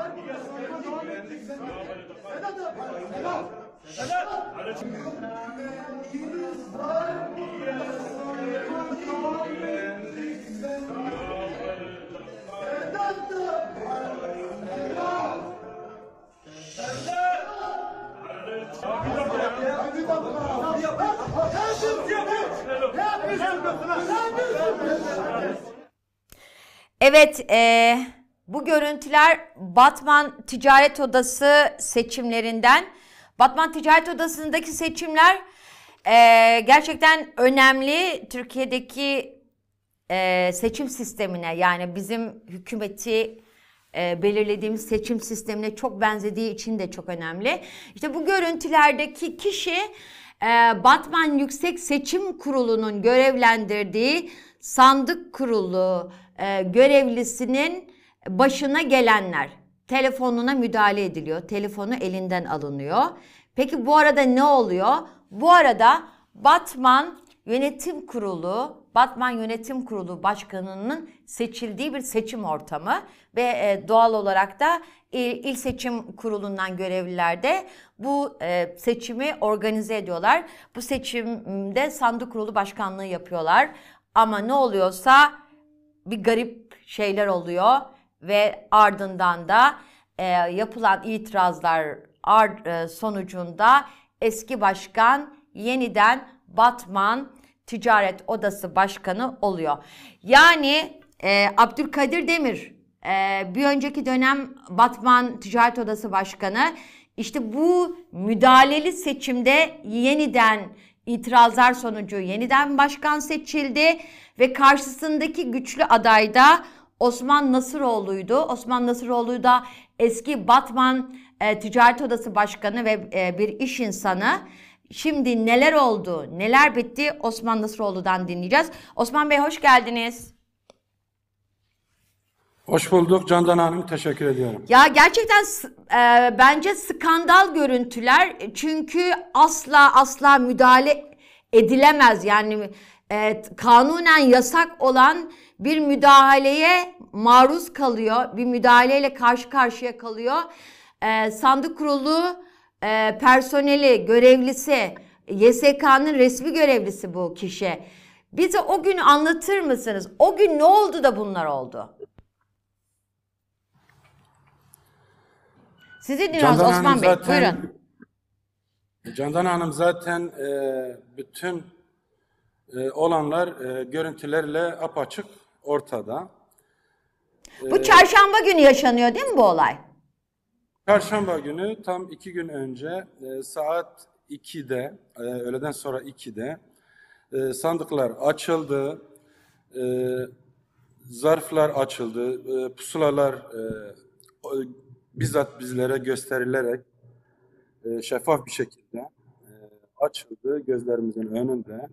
Evet, bu görüntüler Batman Ticaret Odası seçimlerinden. Batman Ticaret Odası'ndaki seçimler gerçekten önemli. Türkiye'deki seçim sistemine, yani bizim hükümeti belirlediğimiz seçim sistemine çok benzediği için de çok önemli. İşte bu görüntülerdeki kişi Batman Yüksek Seçim Kurulu'nun görevlendirdiği sandık kurulu görevlisinin başına gelenler. Telefonuna müdahale ediliyor. Telefonu elinden alınıyor. Peki bu arada ne oluyor? Bu arada Batman Yönetim Kurulu Başkanı'nın seçildiği bir seçim ortamı ve doğal olarak da İl Seçim Kurulu'ndan görevliler de bu seçimi organize ediyorlar. Bu seçimde sandık kurulu başkanlığı yapıyorlar. Ama ne oluyorsa bir garip şeyler oluyor ve ardından da yapılan itirazlar sonucunda eski başkan yeniden Batman Ticaret Odası Başkanı oluyor. Yani Abdülkadir Demir bir önceki dönem Batman Ticaret Odası Başkanı, işte bu müdahaleli seçimde yeniden itirazlar sonucu yeniden başkan seçildi ve karşısındaki güçlü aday da Osman Nasıroğlu'ydu. Osman Nasıroğlu da eski Batman Ticaret Odası Başkanı ve bir iş insanı. Şimdi neler oldu, neler bitti Osman Nasıroğlu'dan dinleyeceğiz. Osman Bey hoş geldiniz. Hoş bulduk Candan Hanım, teşekkür ediyorum. Ya gerçekten bence skandal görüntüler, çünkü asla müdahale edilemez. Yani kanunen yasak olan bir müdahaleye maruz kalıyor, bir müdahaleyle karşı karşıya kalıyor. Sandık kurulu personeli, görevlisi, YSK'nın resmi görevlisi bu kişi. Bize o günü anlatır mısınız? O gün ne oldu da bunlar oldu? Sizi dinliyoruz Osman Bey. Buyurun. Candan Hanım zaten bütün olanlar görüntülerle apaçık ortada. Bu çarşamba günü yaşanıyor değil mi bu olay? Çarşamba günü tam 2 gün önce saat 2'de, öğleden sonra 2'de sandıklar açıldı, zarflar açıldı, pusulalar bizzat bizlere gösterilerek şeffaf bir şekilde açıldı gözlerimizin önünde.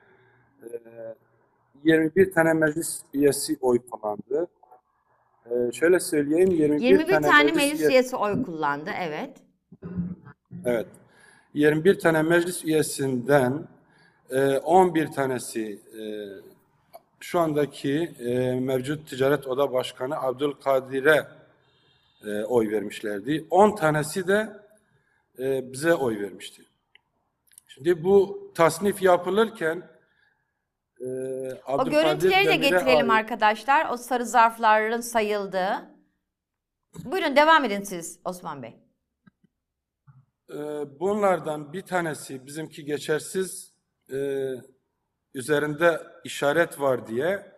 21 tane meclis üyesi oy kullandı. Şöyle söyleyeyim, 21 tane meclis üyesi oy kullandı, evet. Evet. 21 tane meclis üyesinden 11 tanesi şu andaki mevcut Ticaret Oda Başkanı Abdülkadir'e oy vermişlerdi. 10 tanesi de bize oy vermişti. Şimdi bu tasnif yapılırken o görüntüleri de getirelim arkadaşlar. O sarı zarfların sayıldığı. Buyurun devam edin siz Osman Bey. Bunlardan bir tanesi bizimki geçersiz, üzerinde işaret var diye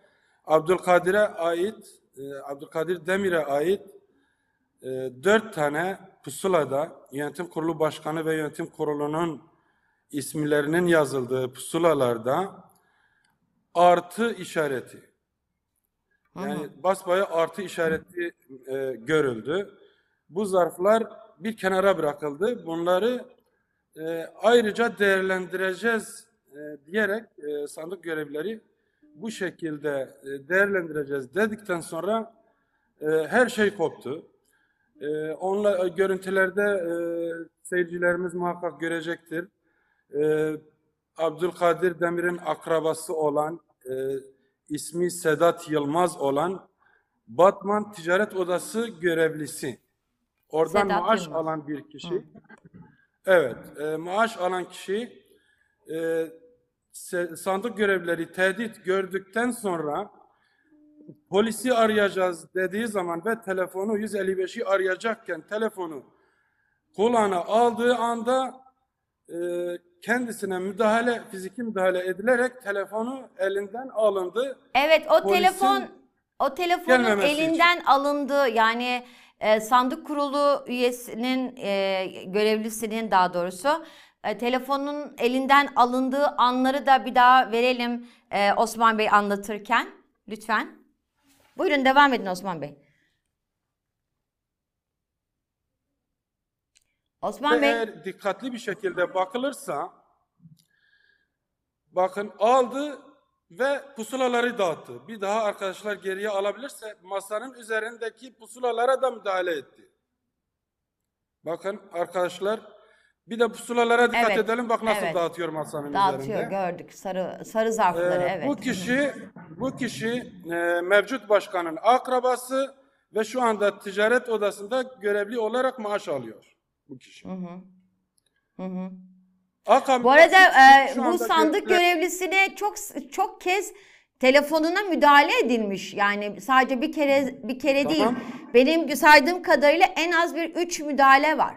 Abdülkadir Demir'e ait 4 tane pusulada Yönetim Kurulu Başkanı ve Yönetim Kurulu'nun isimlerinin yazıldığı pusulalarda artı işareti, yani basbayağı artı işareti görüldü. Bu zarflar bir kenara bırakıldı. Bunları ayrıca değerlendireceğiz diyerek sandık görevlileri bu şekilde değerlendireceğiz dedikten sonra her şey koptu. Görüntülerde seyircilerimiz muhakkak görecektir. Abdülkadir Demir'in akrabası olan, ismi Sedat Yılmaz olan Batman Ticaret Odası görevlisi Oradan Sedat maaş Yılmaz. alan bir kişi. Evet, maaş alan kişi e, sandık görevlileri tehdit gördükten sonra polisi arayacağız dediği zaman ve telefonu 155'i arayacakken telefonu kulağına aldığı anda kendisine fiziki müdahale edilerek telefonu elinden alındı. Evet, Polisin o telefonun gelmemesi için. elinden alındığı, yani sandık kurulu üyesinin, görevlisinin daha doğrusu telefonun elinden alındığı anları da bir daha verelim Osman Bey anlatırken lütfen. Buyurun, devam edin Osman Bey. Osman Bey. Eğer dikkatli bir şekilde bakılırsa, bakın aldı ve pusulaları dağıttı. Bir daha arkadaşlar geriye alabilirse masanın üzerindeki pusulalara da müdahale etti. Bakın arkadaşlar, bir de pusulalara dikkat Evet, edelim. Bak nasıl evet. dağıtıyor masanın Dağıtıyor, üzerinde. gördük sarı zarfları, evet. Bu kişi mevcut başkanın akrabası ve şu anda ticaret odasında görevli olarak maaş alıyor bu kişi. Bu arada şu bu anda sandık görevlisine çok kez telefonuna müdahale edilmiş. Yani sadece bir kere değil. Tamam. Benim saydığım kadarıyla en az 3 müdahale var.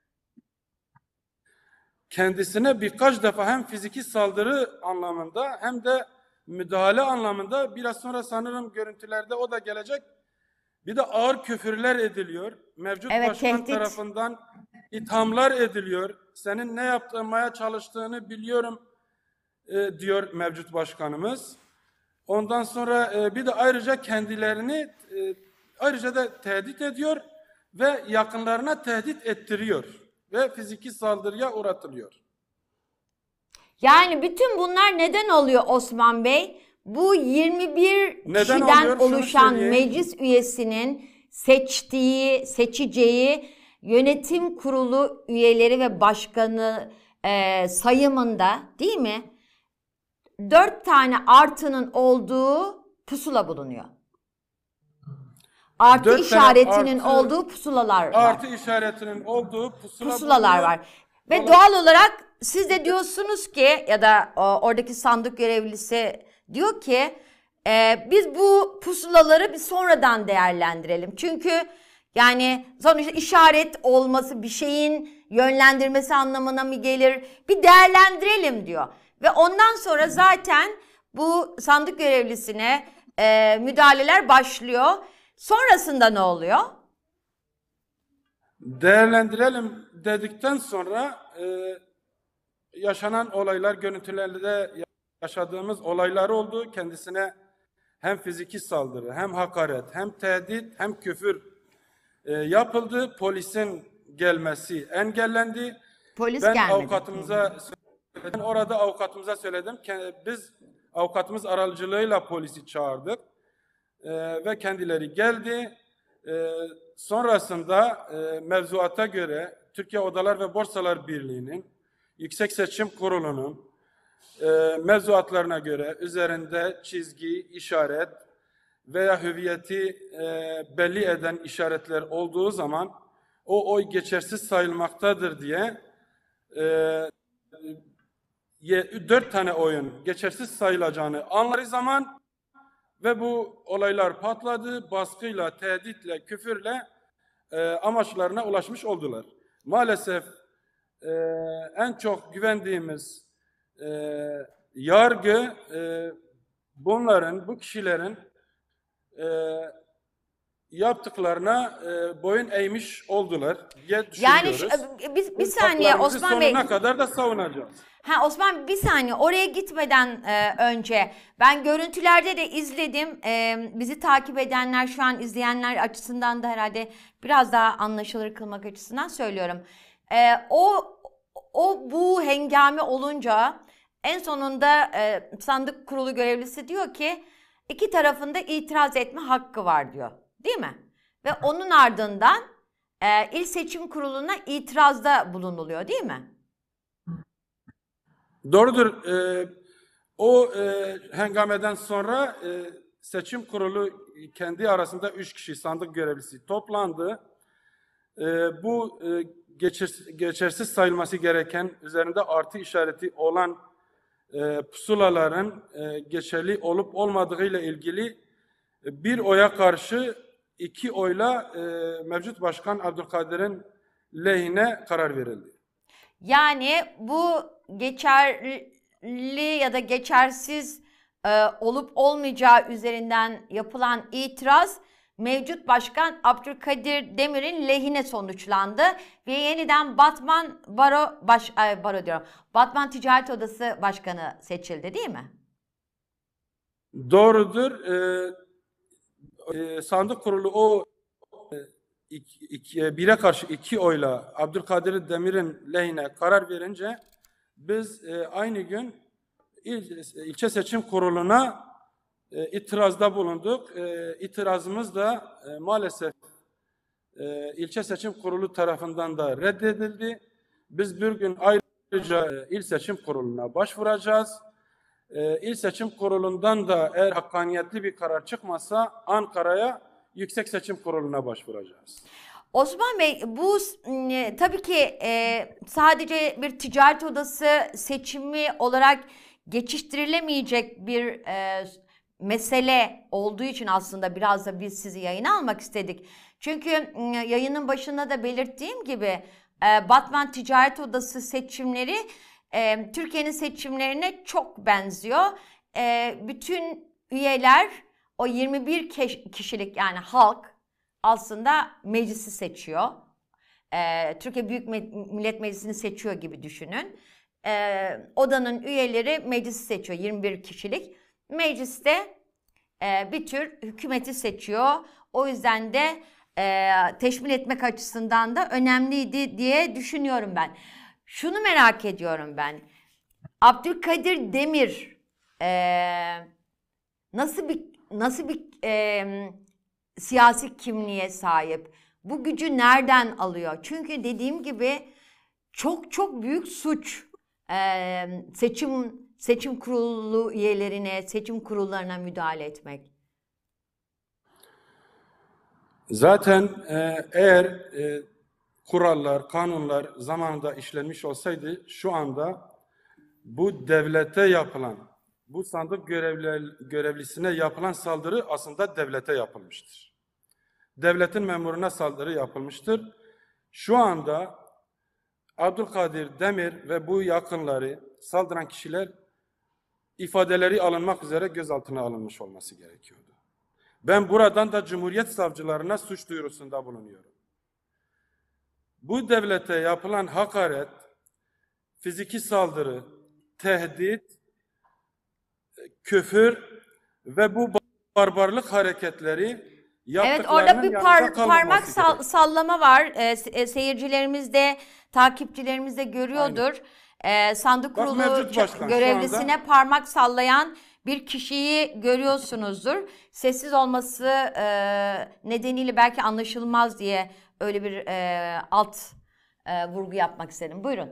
Kendisine birkaç defa hem fiziki saldırı anlamında hem de müdahale anlamında, biraz sonra sanırım görüntülerde o da gelecek. Bir de ağır küfürler ediliyor. Mevcut Evet, başkan tehdit. tarafından ithamlar ediliyor. Senin ne yaptırmaya çalıştığını biliyorum diyor mevcut başkanımız. Ondan sonra bir de ayrıca kendilerini ayrıca da tehdit ediyor ve yakınlarına tehdit ettiriyor ve fiziki saldırıya uğratılıyor. Yani bütün bunlar neden oluyor Osman Bey? Bu 21 Neden kişiden oluyor? Şunu oluşan söyleyeyim. meclis üyesinin seçeceği yönetim kurulu üyeleri ve başkanı sayımında, değil mi? 4 tane artının olduğu pusula bulunuyor. Artı 4 tane işaretinin artı- olduğu pusulalar var. Artı işaretinin olduğu Pusulalar bulunuyor. var. Ve doğal olarak siz de diyorsunuz ki, ya da oradaki sandık görevlisi diyor ki biz bu pusulaları bir sonradan değerlendirelim. Çünkü yani sonuçta işaret olması bir şeyin yönlendirmesi anlamına mı gelir? Bir değerlendirelim diyor. Ve ondan sonra zaten bu sandık görevlisine müdahaleler başlıyor. Sonrasında ne oluyor? Değerlendirelim dedikten sonra yaşanan olaylar, görüntülerde yaşadığımız olaylar oldu. Kendisine hem fiziki saldırı, hem hakaret, hem tehdit, hem küfür yapıldı. Polisin gelmesi engellendi. Polis Ben gelmedi. avukatımıza söyledim. Orada avukatımıza söyledim. Biz avukatımız aracılığıyla polisi çağırdık. Ve kendileri geldi. Sonrasında mevzuata göre Türkiye Odalar ve Borsalar Birliği'nin, Yüksek Seçim Kurulu'nun mevzuatlarına göre üzerinde çizgi, işaret veya hüviyeti belli eden işaretler olduğu zaman o oy geçersiz sayılmaktadır diye 4 tane oyun geçersiz sayılacağını anları zaman ve bu olaylar patladı, baskıyla, tehditle, küfürle amaçlarına ulaşmış oldular. Maalesef en çok güvendiğimiz yargı bu kişilerin yaptıklarına boyun eğmiş oldular diye Yani düşünüyoruz. bir saniye Haklarımızı Osman Bey. sonuna kadar da savunacağız. Osman, bir saniye, oraya gitmeden önce ben görüntülerde de izledim. Bizi takip edenler, şu an izleyenler açısından da herhalde biraz daha anlaşılır kılmak açısından söylüyorum. Bu hengame olunca en sonunda sandık kurulu görevlisi diyor ki iki tarafında itiraz etme hakkı var diyor. Değil mi? Ve onun ardından İl Seçim Kurulu'na itirazda bulunuluyor, değil mi? Doğrudur. O hengameden sonra seçim kurulu kendi arasında 3 kişi sandık görevlisi toplandı. bu geçersiz sayılması gereken, üzerinde artı işareti olan pusulaların geçerli olup olmadığı ile ilgili bir oya karşı 2 oyla mevcut Başkan Abdülkadir'in lehine karar verildi. Yani bu geçerli ya da geçersiz olup olmayacağı üzerinden yapılan itiraz mevcut Başkan Abdülkadir Demir'in lehine sonuçlandı ve yeniden Batman Ticaret Odası Başkanı seçildi, değil mi? Doğrudur. Sandık kurulu o bire karşı 2 oyla Abdülkadir Demir'in lehine karar verince biz aynı gün ilçe seçim kuruluna itirazda bulunduk. İtirazımız da maalesef ilçe seçim kurulu tarafından da reddedildi. Biz bir gün ayrıca il seçim kuruluna başvuracağız. İl seçim kurulundan da eğer hakkaniyetli bir karar çıkmazsa Ankara'ya Yüksek Seçim Kurulu'na başvuracağız. Osman Bey, bu tabii ki sadece bir ticaret odası seçimi olarak geçiştirilemeyecek bir mesele olduğu için aslında biraz da biz sizi yayına almak istedik. Çünkü yayının başında da belirttiğim gibi Batman Ticaret Odası seçimleri Türkiye'nin seçimlerine çok benziyor. Bütün üyeler o 21 kişilik yani halk aslında meclisi seçiyor. Türkiye Büyük Millet Meclisi'ni seçiyor gibi düşünün. Odanın üyeleri meclisi seçiyor 21 kişilik. Mecliste bir tür hükümeti seçiyor. O yüzden de teşmil etmek açısından da önemliydi diye düşünüyorum ben. Şunu merak ediyorum ben. Abdülkadir Demir nasıl bir siyasi kimliğe sahip? Bu gücü nereden alıyor? Çünkü dediğim gibi çok büyük suç seçim kurulu üyelerine, seçim kurullarına müdahale etmek. Zaten eğer kurallar, kanunlar zamanında işlenmiş olsaydı şu anda bu devlete yapılan, bu sandık görevlisine yapılan saldırı aslında devlete yapılmıştır. Devletin memuruna saldırı yapılmıştır. Şu anda Abdülkadir Demir ve bu yakınları saldıran kişiler ifadeleri alınmak üzere gözaltına alınmış olması gerekiyordu. Ben buradan da Cumhuriyet savcılarına suç duyurusunda bulunuyorum. Bu devlete yapılan hakaret, fiziki saldırı, tehdit, küfür ve bu barbarlık hareketleri Evet, orada bir parmak gerekiyor. sallama var. Seyircilerimiz de, takipçilerimiz de görüyordur. Sandık Bak, kurulu mevcut başkan görevlisine şu anda parmak sallayan bir kişiyi görüyorsunuzdur. Sessiz olması nedeniyle belki anlaşılmaz diye öyle bir alt vurgu yapmak istedim. Buyurun.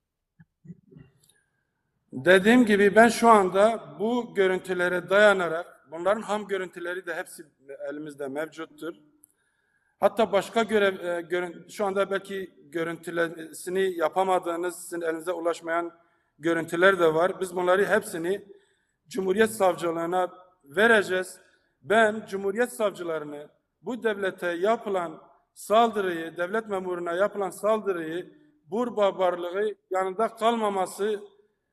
dediğim gibi ben şu anda bu görüntülere dayanarak, bunların ham görüntüleri de hepsi elimizde mevcuttur. Hatta başka şu anda belki görüntülerini yapamadığınız, sizin elinize ulaşmayan görüntüler de var. Biz bunları hepsini Cumhuriyet Savcılığına vereceğiz. Ben Cumhuriyet Savcılarını bu devlete yapılan saldırıyı, devlet memuruna yapılan saldırıyı, bu barbarlığı yanında kalmamasını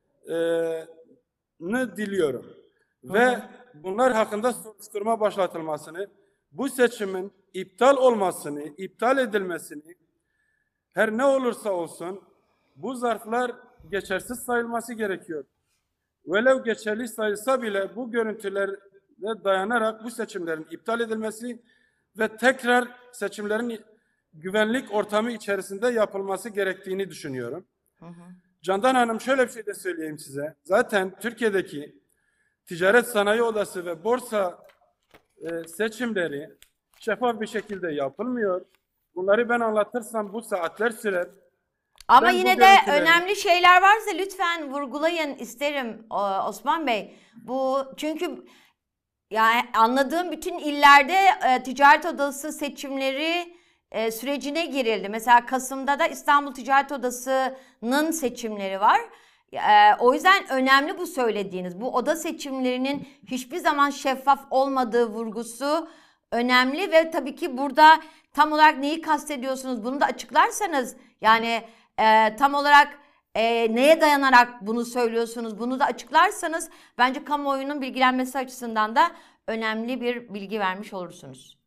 diliyorum. Ve bunlar hakkında soruşturma başlatılmasını, bu seçimin iptal olmasını, iptal edilmesini, her ne olursa olsun bu zarflar geçersiz sayılması gerekiyor. Velev geçerli sayılsa bile bu görüntülere dayanarak bu seçimlerin iptal edilmesi ve tekrar seçimlerin güvenlik ortamı içerisinde yapılması gerektiğini düşünüyorum. Candan Hanım, şöyle bir şey de söyleyeyim size. Zaten Türkiye'deki Ticaret Sanayi Odası ve borsa seçimleri şeffaf bir şekilde yapılmıyor. Bunları ben anlatırsam bu saatler sürer. Ama yine de önemli şeyler varsa lütfen vurgulayın isterim Osman Bey. Bu çünkü yani anladığım bütün illerde ticaret odası seçimleri sürecine girildi. Mesela Kasım'da da İstanbul Ticaret Odası'nın seçimleri var. O yüzden önemli bu söylediğiniz. Bu oda seçimlerinin hiçbir zaman şeffaf olmadığı vurgusu önemli ve tabii ki burada tam olarak neyi kastediyorsunuz? Bunu da açıklarsanız yani tam olarak neye dayanarak bunu söylüyorsunuz? Bunu da açıklarsanız bence kamuoyunun bilgilenmesi açısından da önemli bir bilgi vermiş olursunuz.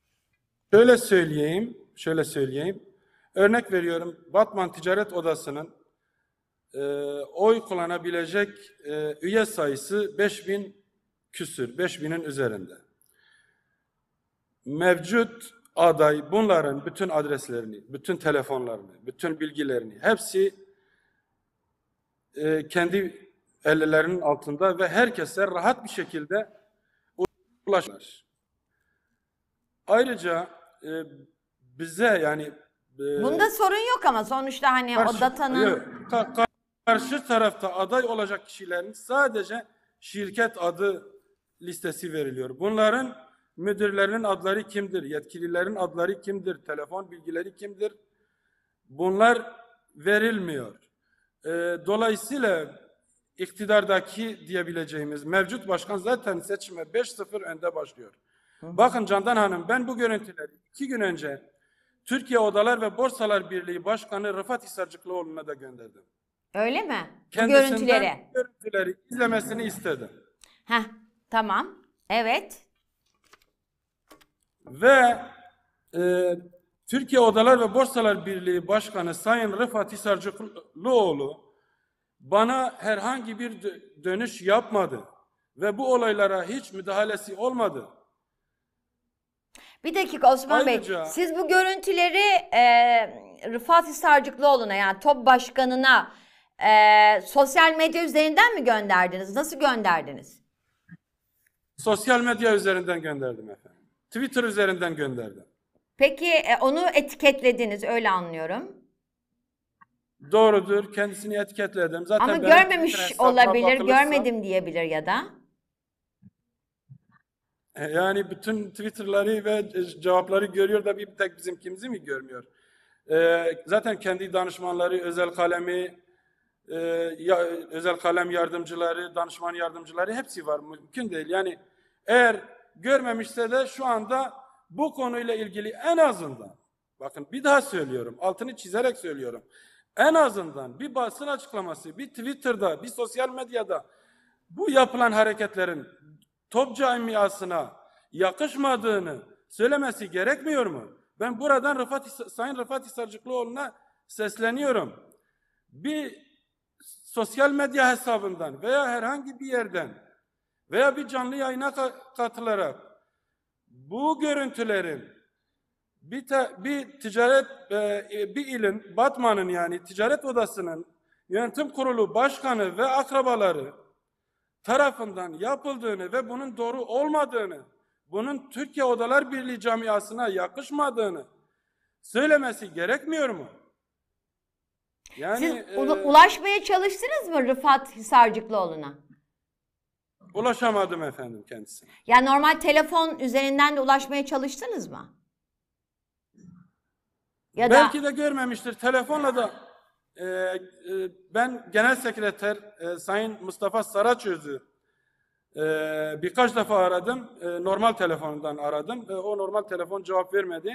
Şöyle söyleyeyim. Örnek veriyorum, Batman Ticaret Odası'nın oy kullanabilecek üye sayısı 5000 küsür, 5000'in üzerinde. Mevcut aday bunların bütün adreslerini, bütün telefonlarını, bütün bilgilerini hepsi kendi ellerinin altında ve herkese rahat bir şekilde ulaşır. Ayrıca bize yani bunda sorun yok ama sonuçta hani o datanın karşı tarafta aday olacak kişilerin sadece şirket adı listesi veriliyor. Bunların müdürlerinin adları kimdir? Yetkililerin adları kimdir? Telefon bilgileri kimdir? Bunlar verilmiyor. Dolayısıyla iktidardaki diyebileceğimiz mevcut başkan zaten seçime 5-0 önde başlıyor. Bakın Candan Hanım, ben bu görüntüleri 2 gün önce Türkiye Odalar ve Borsalar Birliği Başkanı Rıfat Hisarcıklıoğlu'na da gönderdim. Öyle mi? Kendisinden görüntüleri izlemesini istedim. Heh, tamam. Evet. Ve Türkiye Odalar ve Borsalar Birliği Başkanı Sayın Rıfat Hisarcıklıoğlu bana herhangi bir dönüş yapmadı ve bu olaylara hiç müdahalesi olmadı. Bir dakika Osman Bey, siz bu görüntüleri Rıfat Hisarcıklıoğlu'na yani TOB Başkanı'na sosyal medya üzerinden mi gönderdiniz? Nasıl gönderdiniz? Sosyal medya üzerinden gönderdim efendim. Twitter üzerinden gönderdim. Peki onu etiketlediniz, öyle anlıyorum. Doğrudur, kendisini etiketledim. Zaten ama görmemiş olabilir, görmedim diyebilir ya da. Yani bütün Twitter'ları ve cevapları görüyor da bir tek bizimkimizi mi görmüyor? Zaten kendi danışmanları, özel kalem yardımcıları, danışman yardımcıları hepsi var. Mümkün değil. Yani eğer görmemişse de şu anda bu konuyla ilgili en azından, bakın bir daha söylüyorum, altını çizerek söylüyorum. En azından bir basın açıklaması, bir Twitter'da, bir sosyal medyada bu yapılan hareketlerin TOB camiasına yakışmadığını söylemesi gerekmiyor mu? Ben buradan Sayın Rıfat Hisarcıklıoğlu'na sesleniyorum. Bir sosyal medya hesabından veya herhangi bir yerden veya bir canlı yayına katılarak bu görüntülerin bir ilin, Batman'ın yani ticaret odasının yönetim kurulu başkanı ve akrabaları tarafından yapıldığını ve bunun doğru olmadığını, bunun Türkiye Odalar Birliği camiasına yakışmadığını söylemesi gerekmiyor mu? Yani, siz ulaşmaya çalıştınız mı Rıfat Hisarcıklıoğlu'na? Ulaşamadım efendim kendisine. Yani normal telefon üzerinden de ulaşmaya çalıştınız mı? Ya belki de görmemiştir. Telefonla da ben Genel Sekreter Sayın Mustafa Saraçöz'ü birkaç defa aradım. Normal telefonundan aradım. O normal telefon cevap vermedi.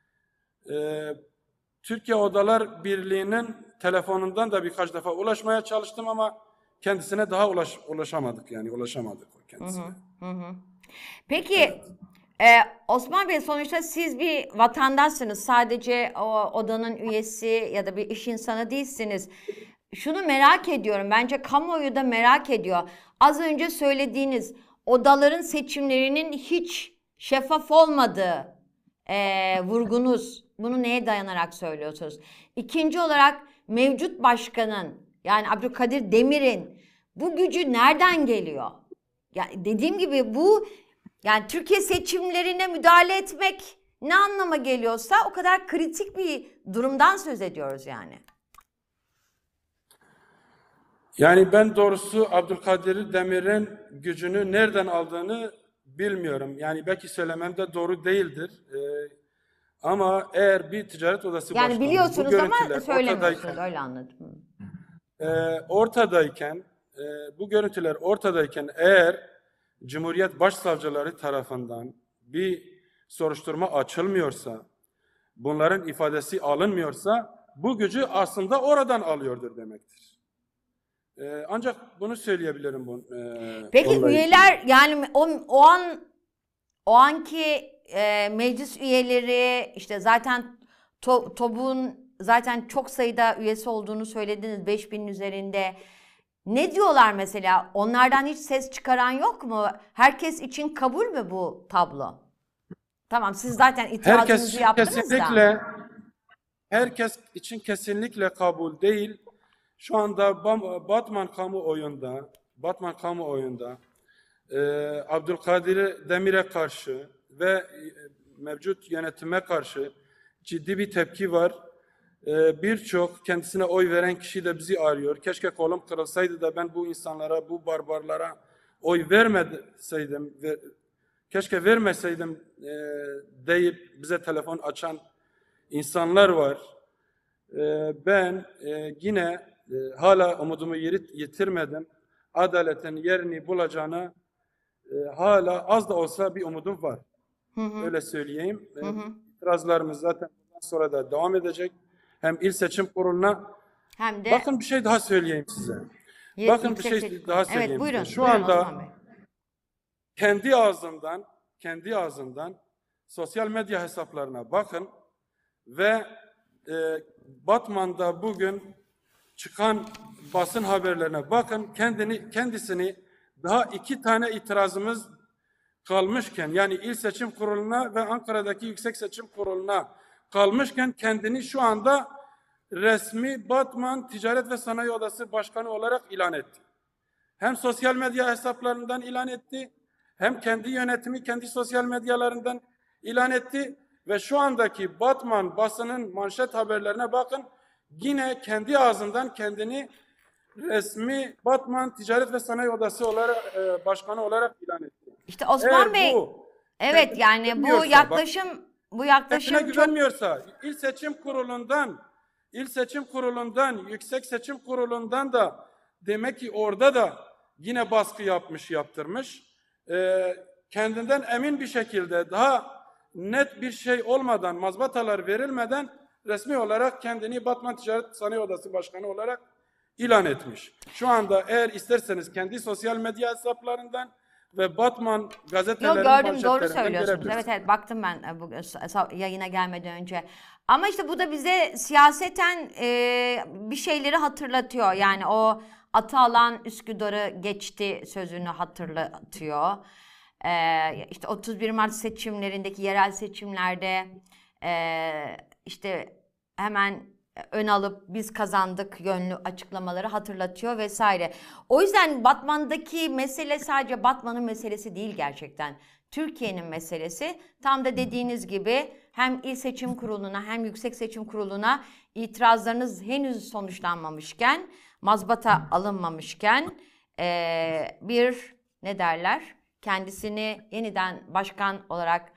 Türkiye Odalar Birliği'nin telefonundan da birkaç defa ulaşmaya çalıştım ama kendisine daha ulaşamadık yani ulaşamadık kendisine. Peki Osman Bey, sonuçta siz bir vatandaşsınız. Sadece o odanın üyesi ya da bir iş insanı değilsiniz. Şunu merak ediyorum. Bence kamuoyu da merak ediyor. Az önce söylediğiniz odaların seçimlerinin hiç şeffaf olmadığı vurgunuz. Bunu neye dayanarak söylüyorsunuz? İkinci olarak mevcut başkanın yani Abdülkadir Demir'in bu gücü nereden geliyor? Yani dediğim gibi bu yani Türkiye seçimlerine müdahale etmek ne anlama geliyorsa o kadar kritik bir durumdan söz ediyoruz yani. Yani ben doğrusu Abdülkadir Demir'in gücünü nereden aldığını bilmiyorum. Yani belki söylemem de doğru değildir. Ama eğer bir ticaret odası Yani başkanı bu biliyorsunuz ama görüntüler söylemiyorsunuz, öyle anladım. ortadayken, bu görüntüler ortadayken eğer Cumhuriyet Başsavcıları tarafından bir soruşturma açılmıyorsa, bunların ifadesi alınmıyorsa bu gücü aslında oradan alıyordur demektir. Ancak bunu söyleyebilirim Peki onunla ilgili. üyeler, yani o anki meclis üyeleri, işte zaten TOB'un zaten çok sayıda üyesi olduğunu söylediniz, 5000'in üzerinde. Ne diyorlar mesela? Onlardan hiç ses çıkaran yok mu? Herkes için kabul mü bu tablo? Tamam, siz zaten itirazınızı yaptınız da. Herkes için kesinlikle kabul değil. Şu anda Batman kamuoyunda Abdülkadir Demir'e karşı ve mevcut yönetime karşı ciddi bir tepki var. Birçok kendisine oy veren kişi de bizi arıyor. Keşke kolum kırılsaydı da ben bu insanlara, bu barbarlara oy vermeseydim, keşke vermeseydim deyip bize telefon açan insanlar var. Ben yine hala umudumu yitirmedim. Adaletin yerini bulacağına hala az da olsa bir umudum var. Öyle söyleyeyim. İtirazlarımız zaten bundan sonra da devam edecek. Hem İl Seçim Kurulu'na, Hem de bakın bir şey daha söyleyeyim size. Bakın bir şey daha söyleyeyim Evet, buyurun. size. Şu Buyurun anda Osman Bey. kendi ağzından sosyal medya hesaplarına bakın ve Batman'da bugün çıkan basın haberlerine bakın. Kendisini daha 2 tane itirazımız kalmışken, yani İl Seçim Kurulu'na ve Ankara'daki Yüksek Seçim Kurulu'na kalmışken kendini şu anda resmi Batman Ticaret ve Sanayi Odası Başkanı olarak ilan etti. Hem sosyal medya hesaplarından ilan etti, hem kendi yönetimi, kendi sosyal medyalarından ilan etti ve şu andaki Batman basının manşet haberlerine bakın, yine kendi ağzından kendini resmi Batman Ticaret ve Sanayi Odası olarak başkanı olarak ilan etti. İşte Osman Bey, evet, yani bu yaklaşım Kendine güvenmiyorsa İl Seçim Kurulu'ndan, Yüksek Seçim Kurulu'ndan da demek ki orada da yine baskı yaptırmış. Kendinden emin bir şekilde, daha net bir şey olmadan, mazbatalar verilmeden resmi olarak kendini Batman Ticaret Sanayi Odası Başkanı olarak ilan etmiş. Şu anda eğer isterseniz kendi sosyal medya hesaplarından ve Batman gazetelerinin gördüm, doğru manşetlerinden söylüyorsunuz. görebilirsiniz. Evet, baktım ben bu yayına gelmeden önce. Ama işte bu da bize siyaseten bir şeyleri hatırlatıyor. Yani o atı alan Üsküdar'ı geçti sözünü hatırlatıyor. İşte 31 Mart seçimlerindeki yerel seçimlerde işte hemen ön alıp biz kazandık yönlü açıklamaları hatırlatıyor vesaire. O yüzden Batman'daki mesele sadece Batman'ın meselesi değil gerçekten. Türkiye'nin meselesi. Tam da dediğiniz gibi hem İl Seçim Kurulu'na hem Yüksek Seçim Kurulu'na itirazlarınız henüz sonuçlanmamışken, mazbata alınmamışken bir ne derler? Kendisini yeniden başkan olarak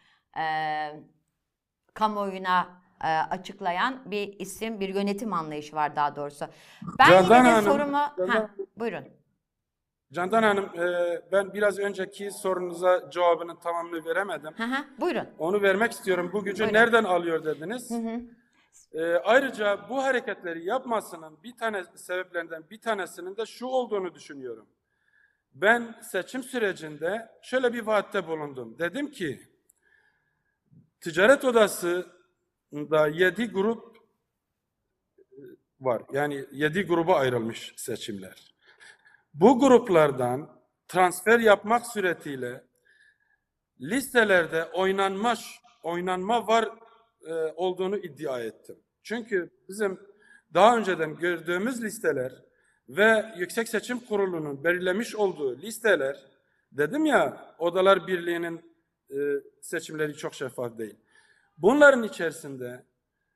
kamuoyuna açıklayan bir isim, bir yönetim anlayışı var daha doğrusu. Ben Candan yine de Hanım, sorumu... buyurun. Candan Hanım, ben biraz önceki sorunuza cevabının tamamını veremedim. Buyurun. Onu vermek istiyorum. Bu gücü nereden alıyor dediniz. Ayrıca bu hareketleri yapmasının sebeplerinden bir tanesinin de şu olduğunu düşünüyorum. Ben seçim sürecinde şöyle bir vaatte bulundum. Dedim ki, Ticaret Odası'nda 7 grup var. Yani 7 gruba ayrılmış seçimler. Bu gruplardan transfer yapmak suretiyle listelerde oynanma var olduğunu iddia ettim. Çünkü bizim daha önceden gördüğümüz listeler ve Yüksek Seçim Kurulu'nun belirlemiş olduğu listeler, dedim ya, Odalar Birliği'nin seçimleri çok şeffaf değil. Bunların içerisinde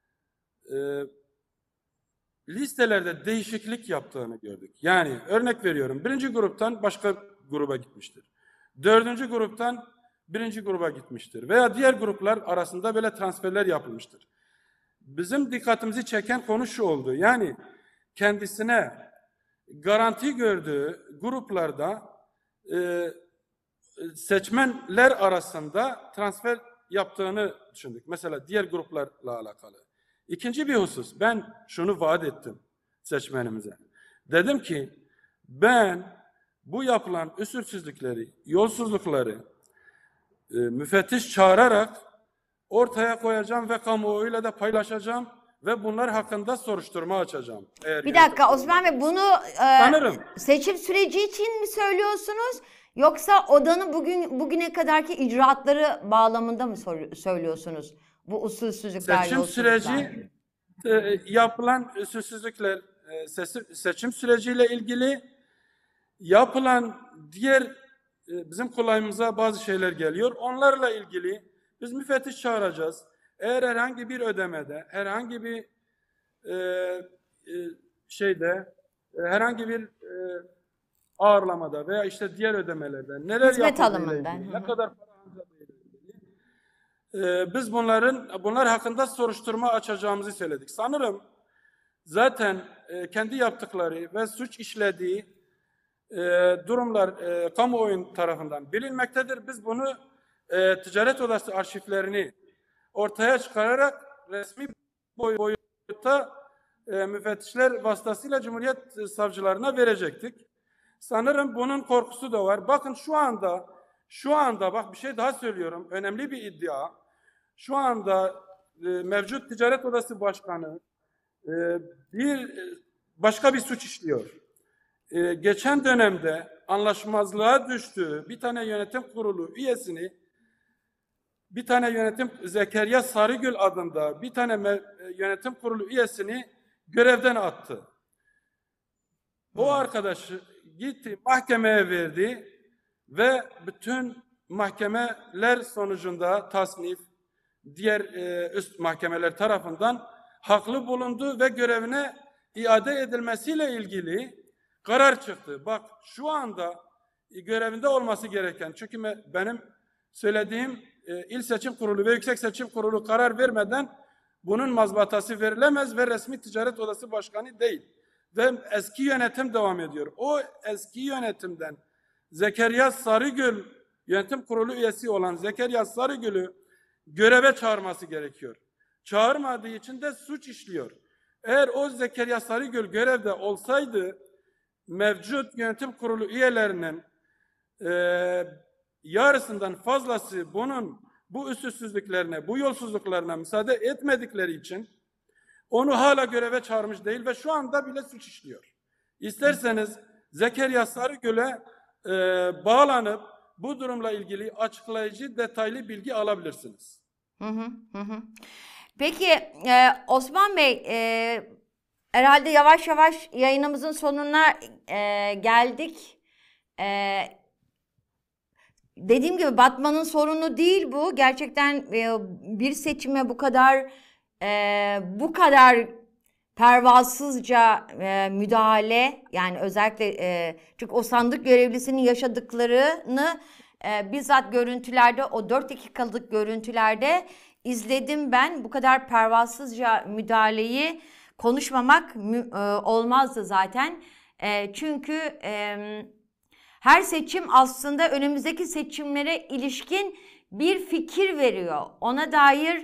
listelerde değişiklik yaptığını gördük. Yani örnek veriyorum, 1. gruptan başka gruba gitmiştir. 4. gruptan birinci gruba gitmiştir. Veya diğer gruplar arasında böyle transferler yapılmıştır. Bizim dikkatimizi çeken konu şu oldu. Yani kendisine garanti gördüğü gruplarda seçmenler arasında transfer yaptığını düşündük. Mesela diğer gruplarla alakalı. İkinci bir husus, ben şunu vaat ettim seçmenimize. Dedim ki ben bu yapılan usulsüzlükleri, yolsuzlukları müfettiş çağırarak ortaya koyacağım ve kamuoyuyla da paylaşacağım ve bunlar hakkında soruşturma açacağım. Bir dakika Osman Bey, bunu sanırım seçim süreci için mi söylüyorsunuz? Yoksa odanın bugüne kadarki icraatları bağlamında mı söylüyorsunuz? Bu usulsüzlükler, seçim yolsuzluklar. süreci yapılan usulsüzlükler, seçim süreciyle ilgili yapılan diğer bizim kolayımıza bazı şeyler geliyor. Onlarla ilgili biz müfettiş çağıracağız. Eğer herhangi bir ödemede, herhangi bir herhangi bir ağırlamada veya işte diğer ödemelerde neler Hizmet yapıldığıyla alımından. ilgili, ne kadar para harcadığıyla ilgili biz bunlar hakkında soruşturma açacağımızı söyledik. Sanırım zaten kendi yaptıkları ve suç işlediği durumlar kamuoyu tarafından bilinmektedir. Biz bunu Ticaret Odası arşivlerini ortaya çıkararak resmi boyutta müfettişler vasıtasıyla Cumhuriyet savcılarına verecektik. Sanırım bunun korkusu da var. Bakın şu anda bak bir şey daha söylüyorum. Önemli bir iddia. Şu anda mevcut Ticaret Odası Başkanı başka bir suç işliyor. Geçen dönemde anlaşmazlığa düştüğü bir tane yönetim kurulu üyesini, Zekeriya Sarıgül adında bir tane yönetim kurulu üyesini görevden attı. O arkadaşı gitti mahkemeye verdi ve bütün mahkemeler sonucunda tasnif, diğer üst mahkemeler tarafından haklı bulundu ve görevine iade edilmesiyle ilgili karar çıktı. Bak şu anda görevinde olması gereken, çünkü benim söylediğim İl Seçim Kurulu ve Yüksek Seçim Kurulu karar vermeden bunun mazbatası verilemez ve resmi Ticaret Odası Başkanı değil. Ve eski yönetim devam ediyor. O eski yönetimden Zekeriya Sarıgül, yönetim kurulu üyesi olan Zekeriya Sarıgül'ü göreve çağırması gerekiyor. Çağırmadığı için de suç işliyor. Eğer o Zekeriya Sarıgül görevde olsaydı mevcut yönetim kurulu üyelerinin yarısından fazlası bu usulsüzlüklerine, bu yolsuzluklarına müsaade etmedikleri için onu hala göreve çağırmış değil ve şu anda bile suç işliyor. İsterseniz Zekeriya Sarıgül'e bağlanıp bu durumla ilgili açıklayıcı, detaylı bilgi alabilirsiniz. Peki Osman Bey, herhalde yavaş yavaş yayınımızın sonuna geldik. Dediğim gibi Batman'ın sorunu değil bu. Gerçekten bir seçime bu kadar pervasızca müdahale, yani özellikle çünkü o sandık görevlisinin yaşadıklarını bizzat görüntülerde, o 4 dakikalık görüntülerde izledim ben. Bu kadar pervasızca müdahaleyi konuşmamak olmazdı zaten. Çünkü her seçim aslında önümüzdeki seçimlere ilişkin bir fikir veriyor. Ona dair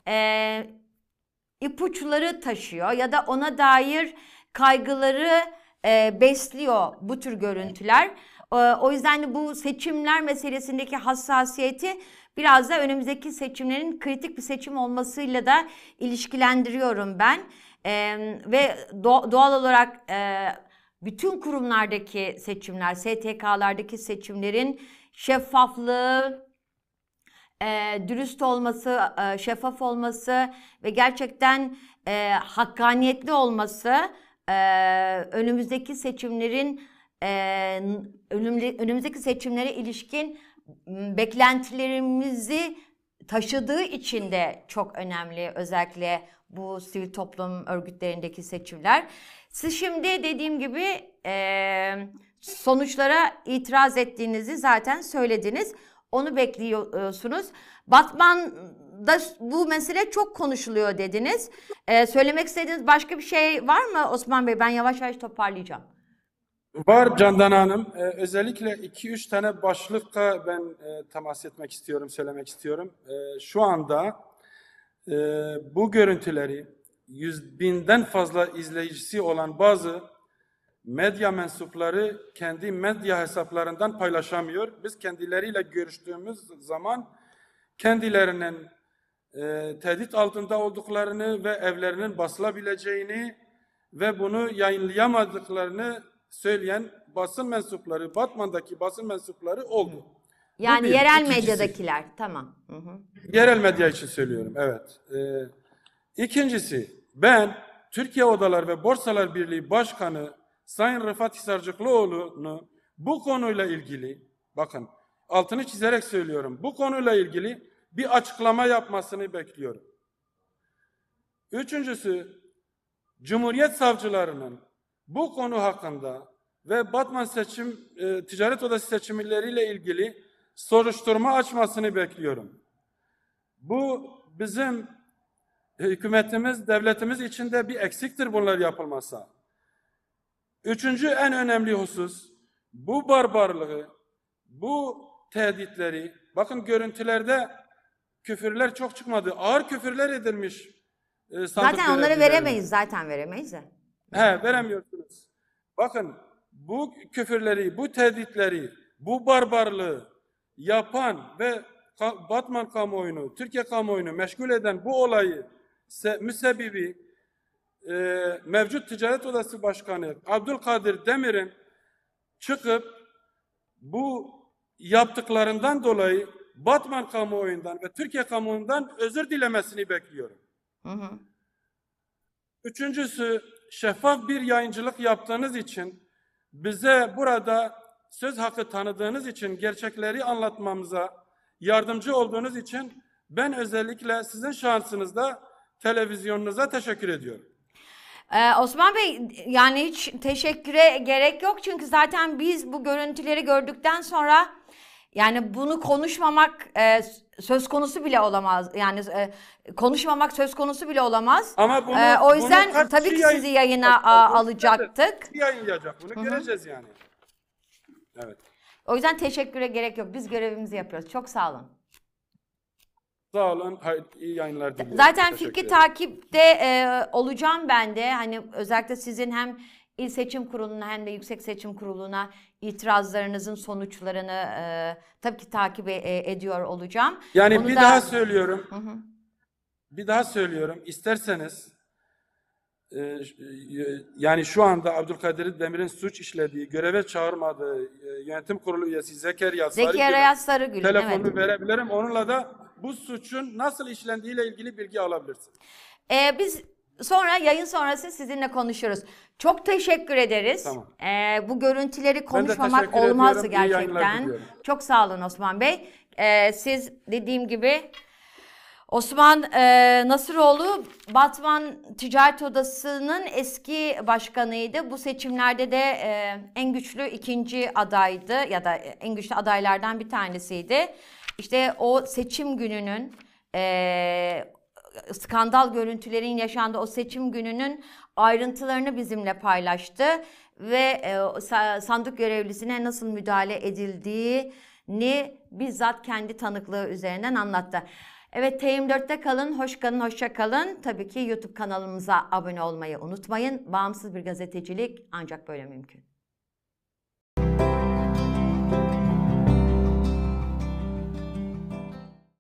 ipuçları taşıyor ya da ona dair kaygıları besliyor bu tür görüntüler. O yüzden bu seçimler meselesindeki hassasiyeti biraz da önümüzdeki seçimlerin kritik bir seçim olmasıyla da ilişkilendiriyorum ben. Ve doğal olarak bütün kurumlardaki seçimler, STK'lardaki seçimlerin şeffaflığı, dürüst olması, şeffaf olması ve gerçekten hakkaniyetli olması önümüzdeki seçimlere ilişkin beklentilerimizi taşıdığı için de çok önemli, özellikle bu sivil toplum örgütlerindeki seçimler. Siz şimdi dediğim gibi sonuçlara itiraz ettiğinizi zaten söylediniz. Onu bekliyorsunuz. Batman'da bu mesele çok konuşuluyor dediniz. Söylemek istediğiniz başka bir şey var mı Osman Bey? Ben yavaş yavaş toparlayacağım. Var Candan Hanım. Özellikle 2-3 tane başlıkla ben temas etmek istiyorum, söylemek istiyorum. Şu anda bu görüntüleri 100.000'den fazla izleyicisi olan bazı medya mensupları kendi medya hesaplarından paylaşamıyor. Biz kendileriyle görüştüğümüz zaman kendilerinin tehdit altında olduklarını ve evlerinin basılabileceğini ve bunu yayınlayamadıklarını söyleyen basın mensupları, Batman'daki basın mensupları oldu. Yani bir. yerel İkincisi, medyadakiler. Tamam. Hı hı. yerel medya için söylüyorum, evet. İkincisi, ben Türkiye Odalar ve Borsalar Birliği Başkanı Sayın Rıfat Hisarcıklıoğlu'nu bu konuyla ilgili, bakın altını çizerek söylüyorum, bu konuyla ilgili bir açıklama yapmasını bekliyorum. Üçüncüsü, Cumhuriyet savcılarının bu konu hakkında ve Batman Ticaret Odası seçimleriyle ilgili soruşturma açmasını bekliyorum. Bu bizim hükümetimiz, devletimiz için de bir eksiktir bunlar yapılmasa. Üçüncü en önemli husus, bu barbarlığı, bu tehditleri, bakın görüntülerde küfürler çok çıkmadı. Ağır küfürler edilmiş. Zaten onları veremeyiz. Zaten veremeyiz de. Veremiyorsunuz. Bakın bu küfürleri, bu tehditleri, bu barbarlığı yapan ve Batman kamuoyunu, Türkiye kamuoyunu meşgul eden bu olayı müsebbibi mevcut Ticaret Odası Başkanı Abdülkadir Demir'in çıkıp bu yaptıklarından dolayı Batman kamuoyundan ve Türkiye kamuoyundan özür dilemesini bekliyorum. Hı hı. Üçüncüsü, şeffaf bir yayıncılık yaptığınız için, bize burada söz hakkı tanıdığınız için, gerçekleri anlatmamıza yardımcı olduğunuz için ben özellikle sizin şahsınızda televizyonunuza teşekkür ediyorum. Osman Bey, yani hiç teşekküre gerek yok çünkü zaten biz bu görüntüleri gördükten sonra yani bunu konuşmamak söz konusu bile olamaz. Yani konuşmamak söz konusu bile olamaz. Ama o yüzden bunu tabii ki sizi yayına alacaktık. Yayınlayacak. Bunu göreceğiz yani. Evet. O yüzden teşekküre gerek yok. Biz görevimizi yapıyoruz. Çok sağ olun. Sağ olun. Hayır, iyi yayınlar diliyorum. Zaten fikri takipte olacağım ben de. Hani özellikle sizin hem İl Seçim Kurulu'na hem de Yüksek Seçim Kurulu'na itirazlarınızın sonuçlarını tabii ki takip ediyor olacağım. Yani Onu bir da... daha söylüyorum. Hı hı. Bir daha söylüyorum. İsterseniz yani şu anda Abdülkadir Demir'in suç işlediği, göreve çağırmadığı yönetim kurulu üyesi Zekeriya Sarıgül'ün telefonunu evet. verebilirim. Onunla da bu suçun nasıl işlendiğiyle ilgili bilgi alabilirsin. Biz sonra yayın sonrası sizinle konuşuruz. Çok teşekkür ederiz. Tamam. Bu görüntüleri konuşmamak teşekkür olmazdı ediyorum. İyi yayınlar gerçekten. diliyorum. Çok sağ olun Osman Bey. Siz dediğim gibi Osman Nasıroğlu Batman Ticaret Odası'nın eski başkanıydı. Bu seçimlerde de en güçlü ikinci adaydı ya da en güçlü adaylardan bir tanesiydi. İşte o seçim gününün skandal görüntülerin yaşandığı o seçim gününün ayrıntılarını bizimle paylaştı ve sandık görevlisine nasıl müdahale edildiğini bizzat kendi tanıklığı üzerinden anlattı. Evet, T24'te kalın, hoş kalın, hoşça kalın. Tabii ki YouTube kanalımıza abone olmayı unutmayın. Bağımsız bir gazetecilik ancak böyle mümkün.